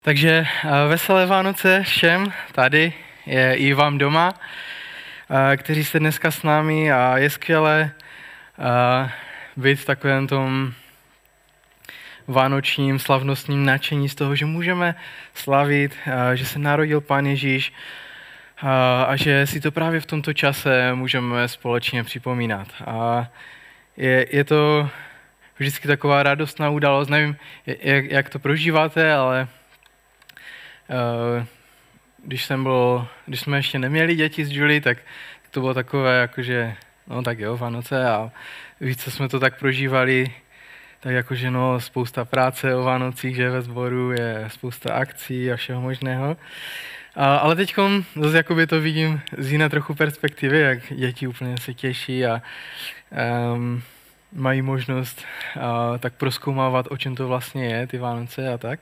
Takže veselé Vánoce všem tady i vám doma, kteří jste dneska s námi, a je skvělé být v takovém tom vánočním slavnostním nadšení z toho, že můžeme slavit, že se narodil Pán Ježíš a že si to právě v tomto čase můžeme společně připomínat. A je to vždycky taková radostná událost, nevím, jak to prožíváte, ale když jsme ještě neměli děti s Julie, tak to bylo takové, jakože, no tak jo, Vánoce, a více jsme to tak prožívali, tak jakože no, spousta práce o Vánocích, že ve sboru je spousta akcí a všeho možného. Ale teď zase jakoby to vidím z jiné trochu perspektivy, jak děti úplně se těší a mají možnost tak prozkoumávat, o čem to vlastně je, ty Vánoce a tak.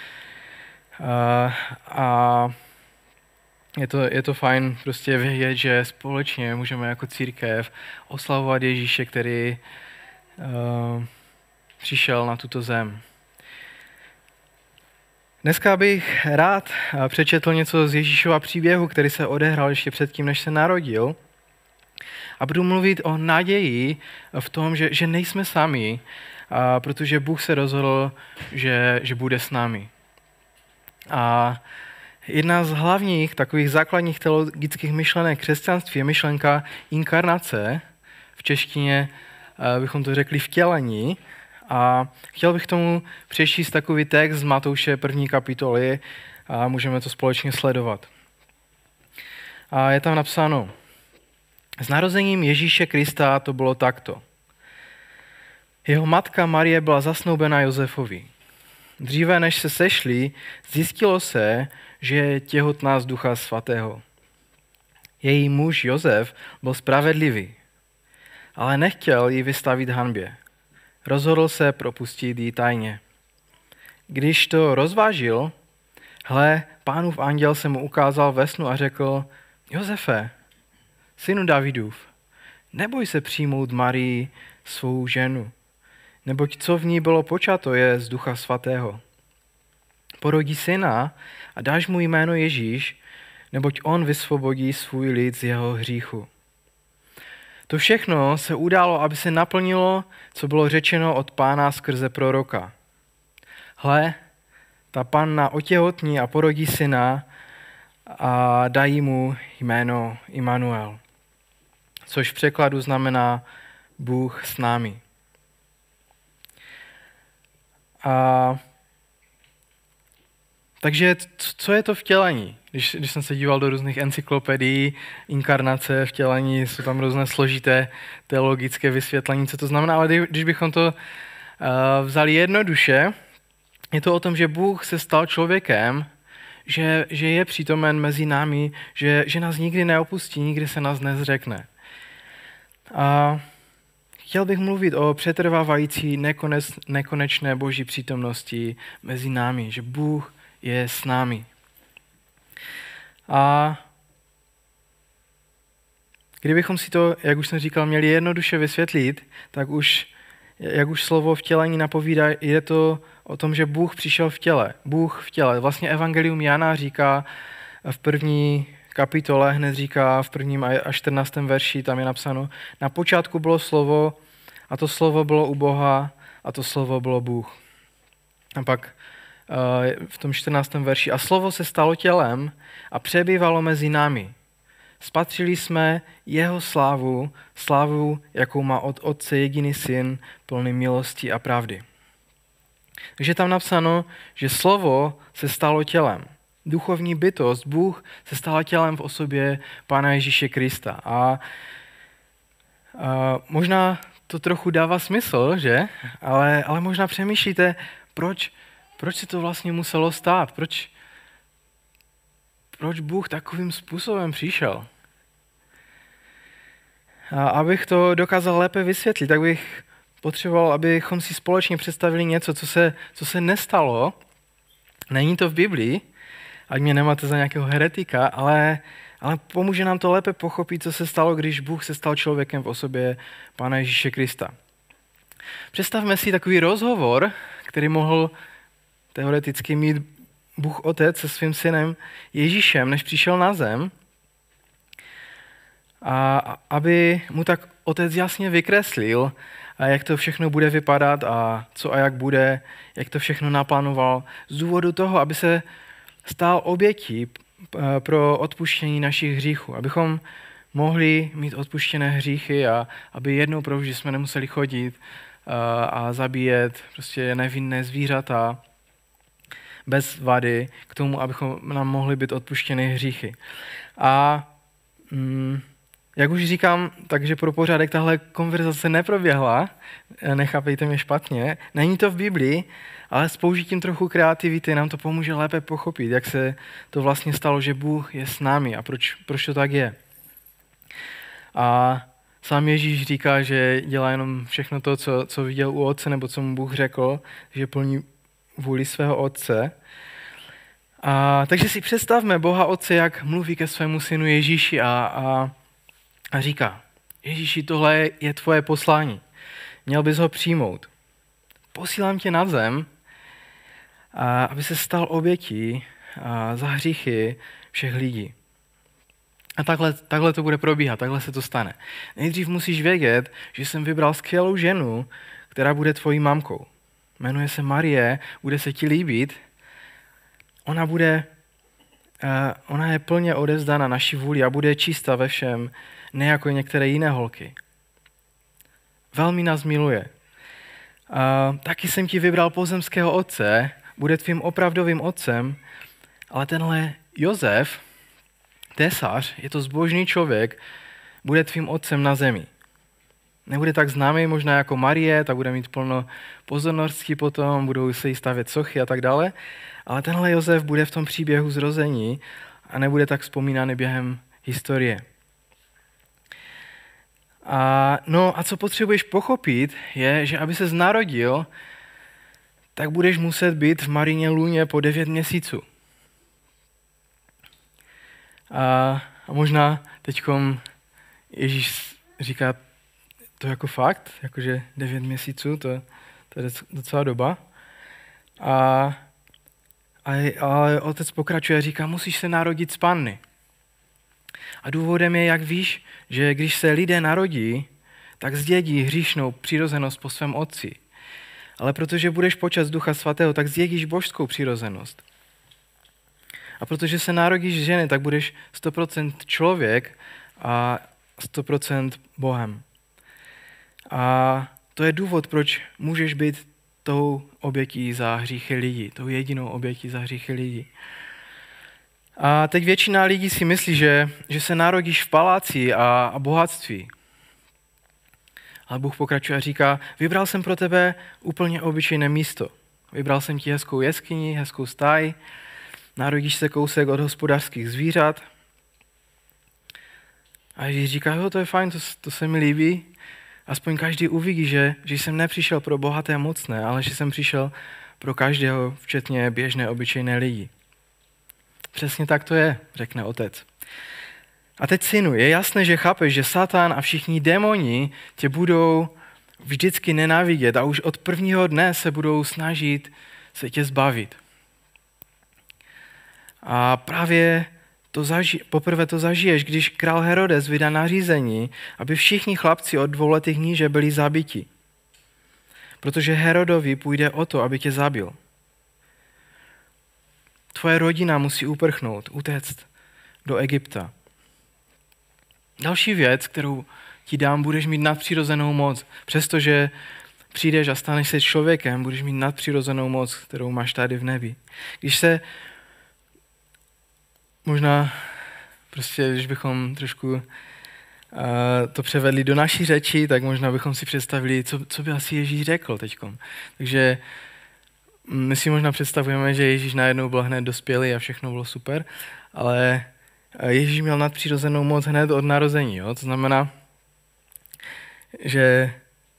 A je to fajn prostě vědět, že společně můžeme jako církev oslavovat Ježíše, který přišel na tuto zem. Dneska bych rád přečetl něco z Ježíšova příběhu, který se odehrál ještě předtím, než se narodil. A budu mluvit o naději v tom, že nejsme sami, protože Bůh se rozhodl, že bude s námi. A jedna z hlavních takových základních teologických myšlenek křesťanství je myšlenka inkarnace. V češtině bychom to řekli vtělení. A chtěl bych tomu přečíst takový text z Matouše 1. kapitoly a můžeme to společně sledovat. A je tam napsáno: S narozením Ježíše Krista to bylo takto. Jeho matka Marie byla zasnoubena Josefovi. Dříve než se sešli, zjistilo se, že je těhotná z Ducha Svatého. Její muž Josef byl spravedlivý, ale nechtěl ji vystavit hanbě. Rozhodl se propustit ji tajně. Když to rozvážil, hle, Pánův anděl se mu ukázal ve snu a řekl: Josefe, synu Davidův, neboj se přijmout Marii, svou ženu, neboť co v ní bylo počato je z Ducha Svatého. Porodí syna a dáš mu jméno Ježíš, neboť on vysvobodí svůj lid z jeho hříchu. To všechno se událo, aby se naplnilo, co bylo řečeno od Pána skrze proroka. Hle, ta panna otěhotní a porodí syna a dají mu jméno Immanuel, což v překladu znamená Bůh s námi. Takže co je to vtělení? Když jsem se díval do různých encyklopedií, inkarnace, vtělení, jsou tam různé složité teologické vysvětlení, co to znamená, ale když bychom to vzali jednoduše, je to o tom, že Bůh se stal člověkem, že je přítomen mezi námi, že nás nikdy neopustí, nikdy se nás nezřekne. A chtěl bych mluvit o přetrvávající nekonečné boží přítomnosti mezi námi, že Bůh je s námi. A kdybychom si to, jak už jsem říkal, měli jednoduše vysvětlit, tak jak už slovo vtělení napovídá, je to o tom, že Bůh přišel v těle. Bůh v těle. Vlastně evangelium Jana říká v 1. kapitole, hned říká v 1. a 14. verši, tam je napsáno: Na počátku bylo slovo a to slovo bylo u Boha a to slovo bylo Bůh. A pak v tom 14. verši: A slovo se stalo tělem a přebývalo mezi námi. Spatřili jsme jeho slávu, jakou má od Otce jediný syn, plný milosti a pravdy. Takže tam napsáno, že slovo se stalo tělem. Duchovní bytost, Bůh se stala tělem v osobě Pána Ježíše Krista. A možná to trochu dává smysl, že? Ale možná přemýšlíte, proč se to vlastně muselo stát? Proč Bůh takovým způsobem přišel? A abych to dokázal lépe vysvětlit, tak bych potřeboval, abychom si společně představili něco, co se nestalo. Není to v Biblii, ať mě nemáte za nějakého heretika, ale pomůže nám to lépe pochopit, co se stalo, když Bůh se stal člověkem v osobě Pána Ježíše Krista. Představme si takový rozhovor, který mohl teoreticky mít Bůh Otec se svým synem Ježíšem, než přišel na zem, a aby mu tak Otec jasně vykreslil, jak to všechno bude vypadat a co a jak bude, jak to všechno naplánoval, z důvodu toho, aby se stal obětí pro odpuštění našich hříchů, abychom mohli mít odpuštěné hříchy a aby jednou provždy jsme nemuseli chodit a zabíjet prostě nevinné zvířata bez vady k tomu, abychom nám mohli být odpuštěny hříchy. A jak už říkám, takže pro pořádek tahle konverzace neproběhla, nechápejte mě špatně, není to v Biblii, ale s použitím trochu kreativity nám to pomůže lépe pochopit, jak se to vlastně stalo, že Bůh je s námi a proč to tak je. A sám Ježíš říká, že dělá jenom všechno to, co viděl u Otce, nebo co mu Bůh řekl, že plní vůli svého Otce. Takže si představme Boha Otce, jak mluví ke svému synu Ježíši a říká, Ježíši, tohle je tvoje poslání. Měl bys ho přijmout. Posílám tě na zem, aby se stal obětí za hříchy všech lidí. A takhle to bude probíhat, takhle se to stane. Nejdřív musíš vědět, že jsem vybral skvělou ženu, která bude tvojí mamkou. Jmenuje se Marie, bude se ti líbit. Ona je plně odevzdána naší vůli a bude čistá ve všem, ne jako některé jiné holky. Velmi nás miluje. Taky jsem ti vybral pozemského otce, bude tvým opravdovým otcem, ale tenhle Josef, tesař, je to zbožný člověk, bude tvým otcem na zemi. Nebude tak známý možná jako Marie, ta bude mít plno pozornosti potom, budou se jí stavět sochy a tak dále, ale tenhle Josef bude v tom příběhu zrození a nebude tak vzpomínaný během historie. A co potřebuješ pochopit, je, že aby ses narodil, tak budeš muset být v Marině lůně po 9 měsíců. A možná teďkom Ježíš říká to jako fakt, jakože 9 měsíců, to je docela doba. Ale otec pokračuje a říká, musíš se narodit z panny. A důvodem je, jak víš, že když se lidé narodí, tak zdědí hříšnou přirozenost po svém otci. Ale protože budeš počat Ducha Svatého, tak zdědíš božskou přirozenost. A protože se narodíš z ženy, tak budeš 100% člověk a 100% Bohem. A to je důvod, proč můžeš být tou obětí za hříchy lidí, tou jedinou obětí za hříchy lidí. A teď většina lidí si myslí, že se narodíš v paláci a bohatství. Ale Bůh pokračuje a říká, vybral jsem pro tebe úplně obyčejné místo. Vybral jsem ti hezkou jeskyni, hezkou stáj, narodíš se kousek od hospodářských zvířat. A Ježíš říká, jo, to je fajn, to se mi líbí. Aspoň každý uvidí, že jsem nepřišel pro bohaté a mocné, ale že jsem přišel pro každého, včetně běžné, obyčejné lidi. Přesně tak to je, řekne otec. A teď, synu, je jasné, že chápeš, že Satan a všichni démoni tě budou vždycky nenávidět a už od prvního dne se budou snažit se tě zbavit. A právě poprvé to zažiješ, když král Herodes vydá nařízení, aby všichni chlapci od 2letých níže byli zabiti. Protože Herodovi půjde o to, aby tě zabil. Tvoje rodina musí uprchnout, utéct do Egypta. Další věc, kterou ti dám, budeš mít nadpřirozenou moc. Přestože přijdeš a staneš se člověkem, budeš mít nadpřirozenou moc, kterou máš tady v nebi. Když se možná prostě, když bychom trošku to převedli do naší řeči, tak možná bychom si představili, co by asi Ježíš řekl teďkom. Takže my si možná představujeme, že Ježíš najednou byl hned dospělý a všechno bylo super, ale Ježíš měl nadpřirozenou moc hned od narození. Jo? To znamená, že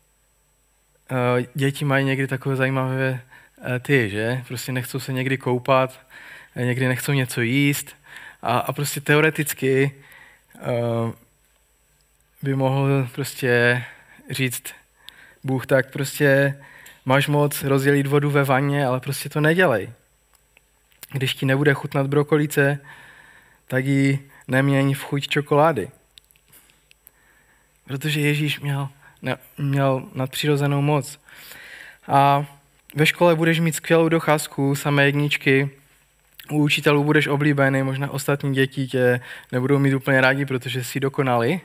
děti mají někdy takové zajímavé že? Prostě nechcou se někdy koupat, někdy nechcou něco jíst a prostě teoreticky by mohl prostě říct Bůh, tak prostě máš moc rozdělit vodu ve vaně, ale prostě to nedělej. Když ti nebude chutnat brokolice, tak ji neměň v chuť čokolády. Protože Ježíš měl nadpřirozenou moc. A ve škole budeš mít skvělou docházku, samé jedničky, u učitelů budeš oblíbený, možná ostatní děti tě nebudou mít úplně rádi, protože jsi dokonalý.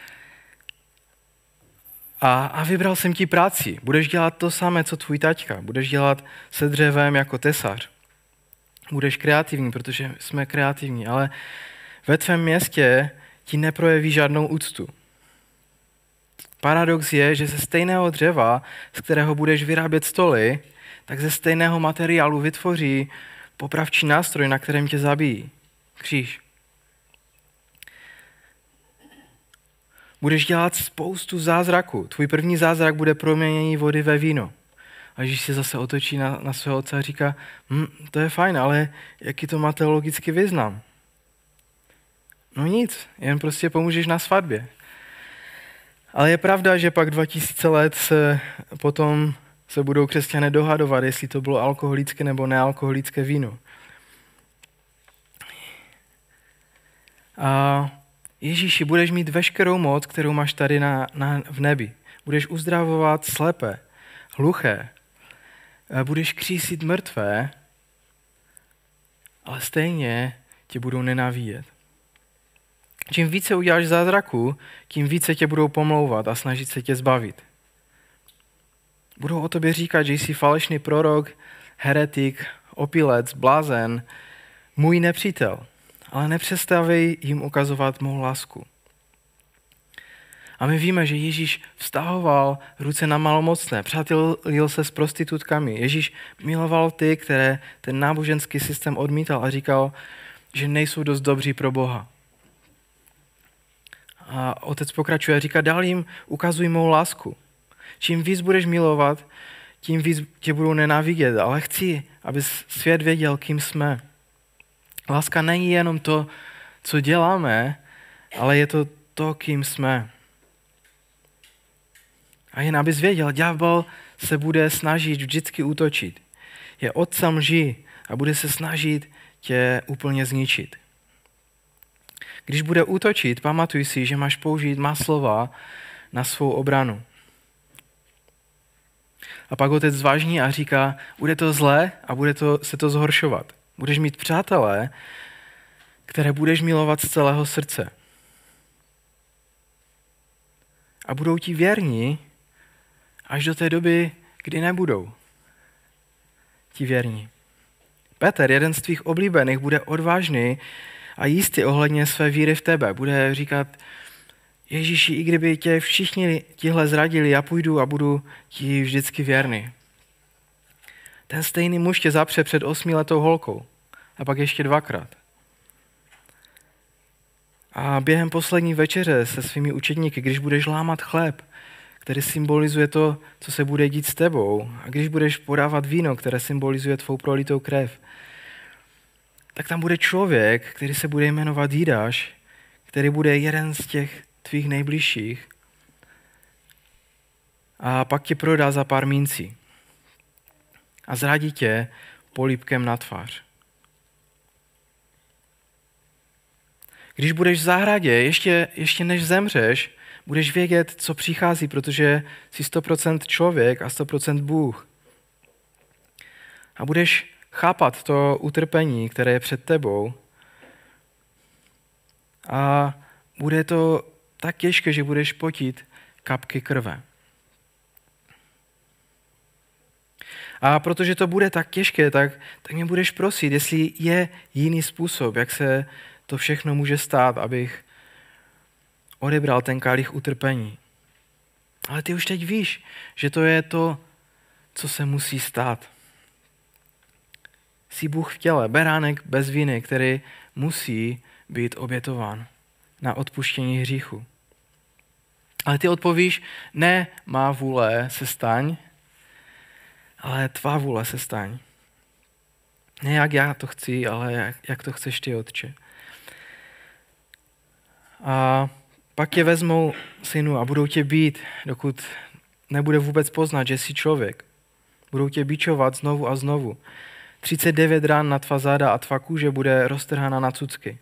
A vybral jsem ti práci. Budeš dělat to samé, co tvůj taťka. Budeš dělat se dřevem jako tesař. Budeš kreativní, protože jsme kreativní, ale ve tvém městě ti neprojeví žádnou úctu. Paradox je, že ze stejného dřeva, z kterého budeš vyrábět stoly, tak ze stejného materiálu vytvoří popravčí nástroj, na kterém tě zabijí. Kříž. Budeš dělat spoustu zázraků. Tvůj první zázrak bude proměnění vody ve víno. A Ježíš se zase otočí na svého otce a říká, to je fajn, ale jaký to má teologický význam? No nic, jen prostě pomůžeš na svatbě. Ale je pravda, že pak 2000 let potom se budou křesťané dohadovat, jestli to bylo alkoholické nebo nealkoholické víno. A Ježíši, budeš mít veškerou moc, kterou máš tady v nebi. Budeš uzdravovat slepé, hluché, budeš křísit mrtvé, ale stejně tě budou nenávidět. Čím více uděláš zázraků, tím více tě budou pomlouvat a snažit se tě zbavit. Budou o tobě říkat, že jsi falešný prorok, heretik, opilec, blázen, můj nepřítel, ale nepřestávej jim ukazovat mou lásku. A my víme, že Ježíš vztahoval ruce na malomocné, přátelil se s prostitutkami. Ježíš miloval ty, které ten náboženský systém odmítal a říkal, že nejsou dost dobří pro Boha. A otec pokračuje a říká, dál jim ukazuj mou lásku. Čím víc budeš milovat, tím víc tě budou nenávidět, ale chci, aby svět věděl, kým jsme. Láska není jenom to, co děláme, ale je to, kým jsme. A jen abys věděl, ďábel se bude snažit vždycky útočit. Je otcem lži a bude se snažit tě úplně zničit. Když bude útočit, pamatuj si, že máš použít má slova na svou obranu. A pak otec zvážní a říká, bude to zlé a bude se to zhoršovat. Budeš mít přátelé, které budeš milovat z celého srdce. A budou ti věrní až do té doby, kdy nebudou ti věrní. Petr, jeden z tvých oblíbených, bude odvážný a jistý ohledně své víry v tebe. Bude říkat, Ježíši, i kdyby tě všichni tihle zradili, já půjdu a budu ti vždycky věrný. Ten stejný muž tě zapře před 8letou holkou a pak ještě 2krát. A během poslední večeře se svými učedníky, když budeš lámat chléb, který symbolizuje to, co se bude dít s tebou, a když budeš podávat víno, které symbolizuje tvou prolitou krev, tak tam bude člověk, který se bude jmenovat Judáš, který bude jeden z těch tvých nejbližších a pak tě prodá za pár mincí a zradí tě polípkem na tvář. Když budeš v zahradě, ještě než zemřeš, budeš vědět, co přichází, protože jsi 100% člověk a 100% Bůh. A budeš chápat to utrpení, které je před tebou. A bude to tak těžké, že budeš potit kapky krve. A protože to bude tak těžké, tak mě budeš prosit, jestli je jiný způsob, jak se to všechno může stát, abych odebral ten kalich utrpení. Ale ty už teď víš, že to je to, co se musí stát. Jsi Bůh v těle, beránek bez viny, který musí být obětován na odpuštění hříchu. Ale ty odpovíš, ne má vůle se staň, ale tvá vůle se staň. Ne jak já to chci, ale jak to chceš ty, Otče. A pak tě vezmou, synu, a budou tě bít, dokud nebude vůbec poznat, že jsi člověk. Budou tě bičovat znovu a znovu. 39 ran na tvá záda a tvá kůže bude roztrhána na cucky.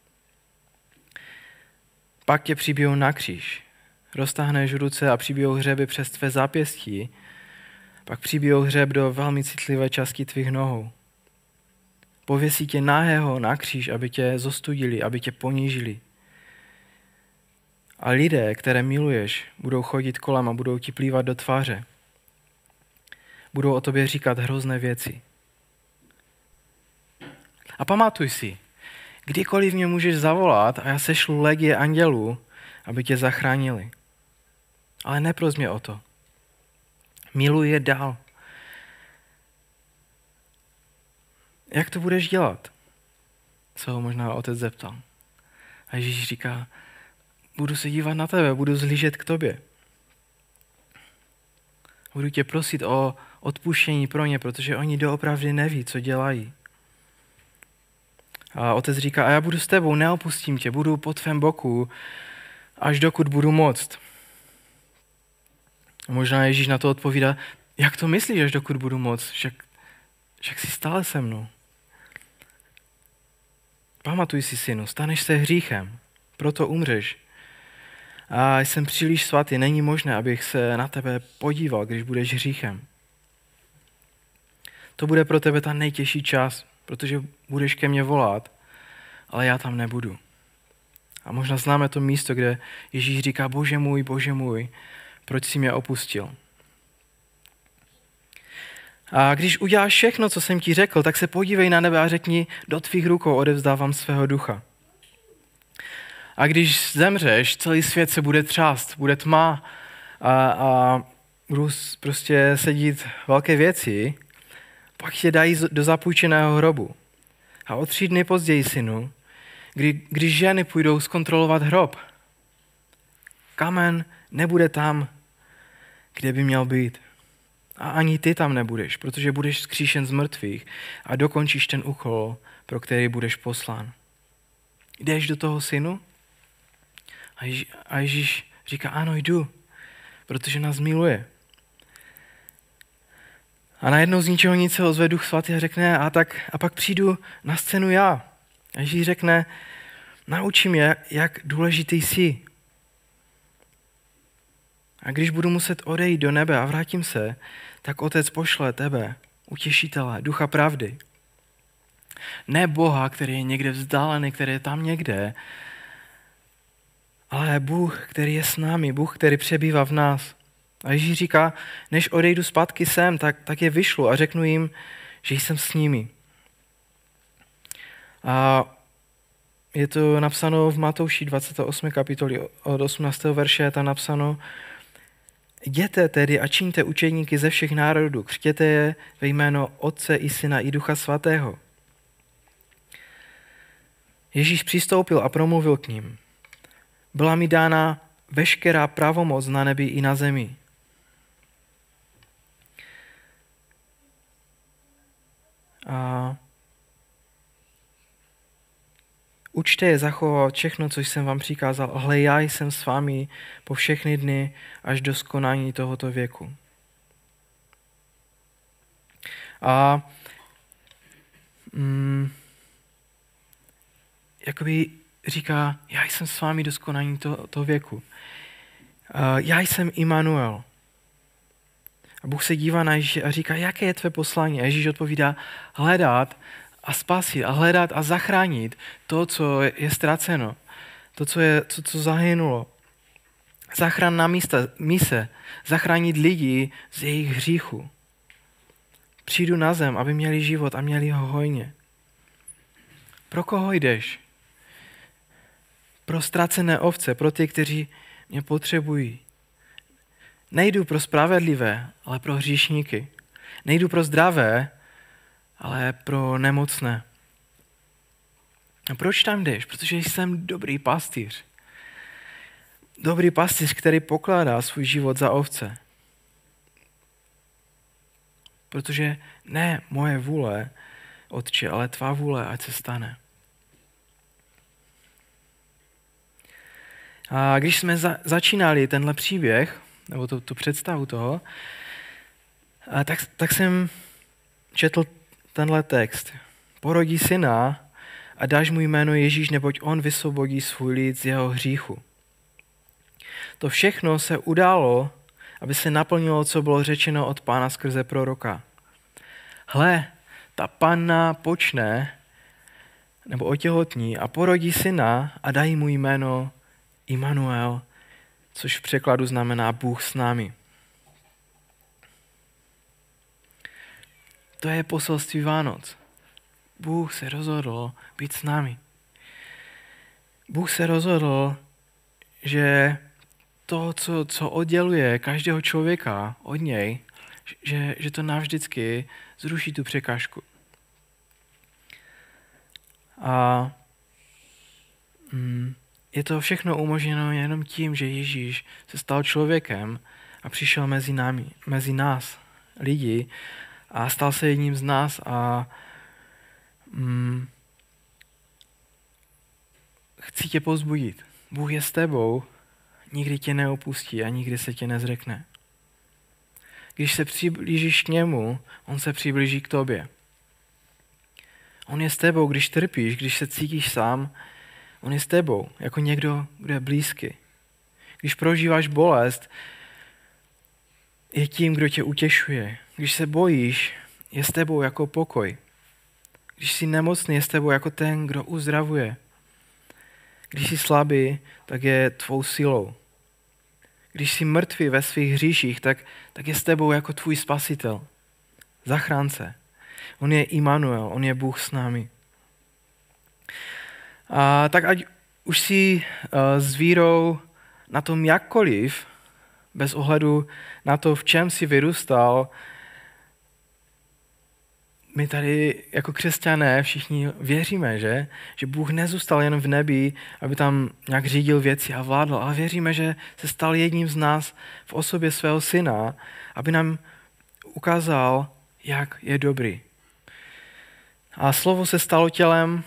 Pak tě přibijou na kříž. Roztáhneš ruce a přibijou hřeby přes tvé zápěstí. Pak přibijou hřeb do velmi citlivé části tvých nohou. Pověsí tě nahého na kříž, aby tě zostudili, aby tě ponížili. A lidé, které miluješ, budou chodit kolem a budou ti plývat do tváře. Budou o tobě říkat hrozné věci. A pamatuj si, kdykoliv mě můžeš zavolat a já sešlu legie andělů, aby tě zachránili. Ale nepros mě o to. Miluj je dál. Jak to budeš dělat? Co ho možná otec zeptal. A Ježíš říká, budu se dívat na tebe, budu zhlížet k tobě. Budu tě prosit o odpuštění pro ně, protože oni doopravdy neví, co dělají. A otec říká, a já budu s tebou, neopustím tě, budu po tvém boku, až dokud budu moct. A možná Ježíš na to odpovídá, jak to myslíš, až dokud budu moct? Však jsi stále se mnou. Pamatuj si, synu, staneš se hříchem, proto umřeš. A jsem příliš svatý, není možné, abych se na tebe podíval, když budeš hříchem. To bude pro tebe ta nejtěžší čas, protože budeš ke mně volat, ale já tam nebudu. A možná známe to místo, kde Ježíš říká, Bože můj, proč jsi mě opustil? A když uděláš všechno, co jsem ti řekl, tak se podívej na nebe a řekni, do tvých rukou odevzdávám svého ducha. A když zemřeš, celý svět se bude třást, bude tma a budou prostě sedít velké věci, pak tě dají do zapůjčeného hrobu. A o 3 dny později, synu, když ženy půjdou zkontrolovat hrob, kamen nebude tam, kde by měl být. A ani ty tam nebudeš, protože budeš vzkříšen z mrtvých a dokončíš ten úkol, pro který budeš poslán. Jdeš do toho, synu? A Ježíš říká, ano, jdu, protože nás miluje. A najednou z ničeho nic se ozve Duch Svatý a řekne, a pak přijdu na scénu já. A Ježíš řekne, naučím je, jak důležitý jsi. A když budu muset odejít do nebe a vrátím se, tak Otec pošle tebe, utěšitele, Ducha pravdy. Ne Boha, který je někde vzdálený, který je tam někde, ale Bůh, který je s námi, Bůh, který přebývá v nás. A Ježíš říká, než odejdu zpátky sem, tak je vyšlu a řeknu jim, že jsem s nimi. A je to napsáno v Matouši 28. kapitoli od 18. verše, je tam napsáno, jděte tedy a čiňte učedníky ze všech národů, křtěte je ve jméno Otce i Syna i Ducha Svatého. Ježíš přistoupil a promluvil k ním. Byla mi dána veškerá pravomoc na nebi i na zemi. A učte je zachovat všechno, co jsem vám přikázal. Hle, já jsem s vámi po všechny dny až do skonání tohoto věku. A jakoby říká, já jsem s vámi do skonání toho věku. Já jsem Immanuel. A Bůh se dívá na Ježíše a říká, jaké je tvé poslání? A Ježíš odpovídá, hledat a spasit a hledat a zachránit to, co je ztraceno, to, co zahynulo. Záchranná mise, zachránit lidi z jejich hříchu. Přijdu na zem, aby měli život a měli ho hojně. Pro koho jdeš? Pro ztracené ovce, pro ty, kteří mě potřebují. Nejdu pro spravedlivé, ale pro hříšníky. Nejdu pro zdravé, ale pro nemocné. A proč tam jdeš? Protože jsem dobrý pastýř. Dobrý pastýř, který pokládá svůj život za ovce. Protože ne moje vůle, Otče, ale tvá vůle, ať se stane. A když jsme začínali tenhle příběh, nebo tu představu toho, tak jsem četl tenhle text. Porodí syna a dáš mu jméno Ježíš, neboť on vysvobodí svůj lid z jeho hříchu. To všechno se událo, aby se naplnilo, co bylo řečeno od Pána skrze proroka. Hle, ta panna počne, nebo otěhotní a porodí syna a dají mu jméno Immanuel, což v překladu znamená Bůh s námi. To je poselství Vánoc. Bůh se rozhodl být s námi. Bůh se rozhodl, že to, co odděluje každého člověka od něj, že to navždycky zruší tu překážku. A je to všechno umožněno jenom tím, že Ježíš se stal člověkem a přišel mezi nás, lidi, a stal se jedním z nás a chci tě povzbudit. Bůh je s tebou, nikdy tě neopustí a nikdy se tě nezřekne. Když se přiblížíš k němu, on se přiblíží k tobě. On je s tebou, když trpíš, když se cítíš sám, on je s tebou, jako někdo, kdo je blízký. Když prožíváš bolest, je tím, kdo tě utěšuje. Když se bojíš, je s tebou jako pokoj. Když jsi nemocný, je s tebou jako ten, kdo uzdravuje. Když jsi slabý, tak je tvou silou. Když jsi mrtvý ve svých hříších, tak je s tebou jako tvůj spasitel, zachránce. On je Immanuel, on je Bůh s námi. A tak ať už si s vírou na tom jakkoliv, bez ohledu na to, v čem jsi vyrůstal, my tady jako křesťané všichni věříme, že Bůh nezůstal jen v nebi, aby tam nějak řídil věci a vládl, ale věříme, že se stal jedním z nás v osobě svého syna, aby nám ukázal, jak je dobrý. A slovo se stalo tělem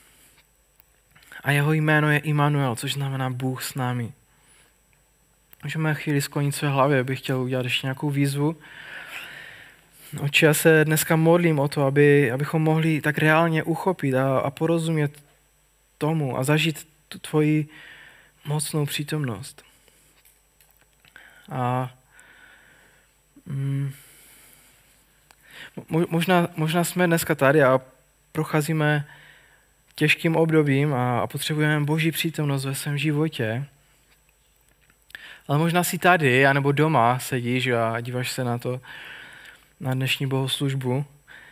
a jeho jméno je Immanuel, což znamená Bůh s námi. Můžeme chvíli sklonit své hlavy, abych chtěl udělat ještě nějakou výzvu. Oči, já se dneska modlím o to, abychom mohli tak reálně uchopit a porozumět tomu a zažít tu tvoji mocnou přítomnost. A možná jsme dneska tady a procházíme těžkým obdobím a potřebujeme Boží přítomnost ve svém životě. Ale možná si tady, anebo doma sedíš a díváš se na to, na dnešní bohoslužbu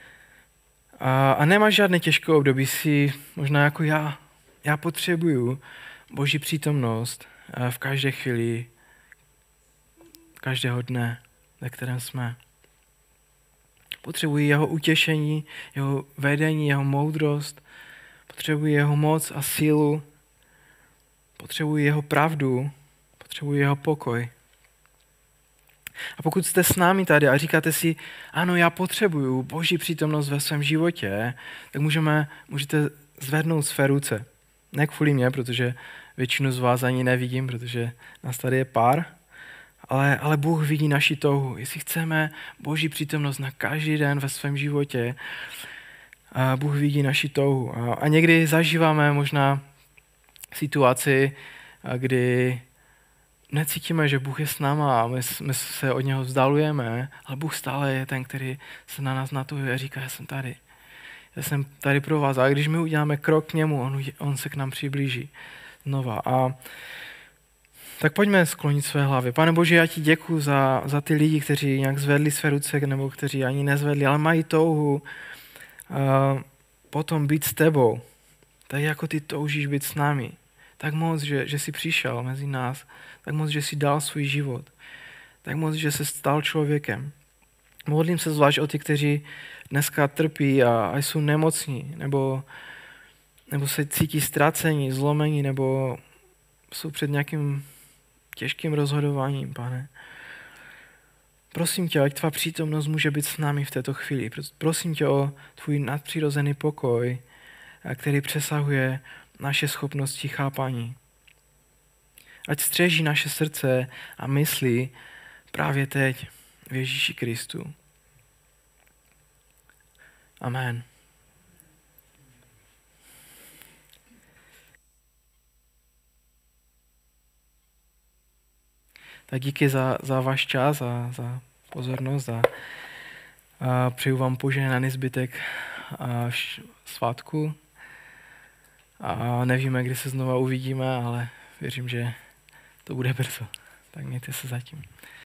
a nemáš žádné těžké období, si možná jako já potřebuju Boží přítomnost v každé chvíli, každého dne, ve kterém jsme. Potřebuji jeho utěšení, jeho vedení, jeho moudrost, potřebuji jeho moc a sílu, potřebuji jeho pravdu, potřebuji jeho pokoj. A pokud jste s námi tady a říkáte si, ano, já potřebuju Boží přítomnost ve svém životě, tak můžete zvednout své ruce. Ne kvůli mě, protože většinu z vás ani nevidím, protože nás tady je pár, ale Bůh vidí naši touhu. Jestli chceme Boží přítomnost na každý den ve svém životě, a Bůh vidí naši touhu. A někdy zažíváme možná situaci, kdy necítíme, že Bůh je s náma a my se od něho vzdalujeme, ale Bůh stále je ten, který se na nás natuje a říká, já jsem tady. Já jsem tady pro vás. A když my uděláme krok k němu, on se k nám přiblíží znova. A tak pojďme sklonit své hlavy. Pane Bože, já ti děkuju za ty lidi, kteří nějak zvedli své ruce, nebo kteří ani nezvedli, ale mají touhu potom být s tebou. Tak jako ty toužíš být s námi. Tak moc, že jsi přišel mezi nás. Tak moc, že jsi dal svůj život. Tak moc, že jsi stal člověkem. Modlím se zvlášť o ty, kteří dneska trpí a jsou nemocní, nebo se cítí ztracení, zlomení, nebo jsou před nějakým těžkým rozhodováním, Pane. Prosím tě, ať tvá přítomnost může být s námi v této chvíli. Prosím tě o tvůj nadpřirozený pokoj, který přesahuje naše schopnosti chápání. Ať střeží naše srdce a mysli právě teď v Ježíši Kristu. Amen. Tak díky za váš čas a za pozornost a přeju vám požehnaný zbytek svátku. A nevíme, kdy se znova uvidíme, ale věřím, že to bude brzo. Tak mějte se zatím.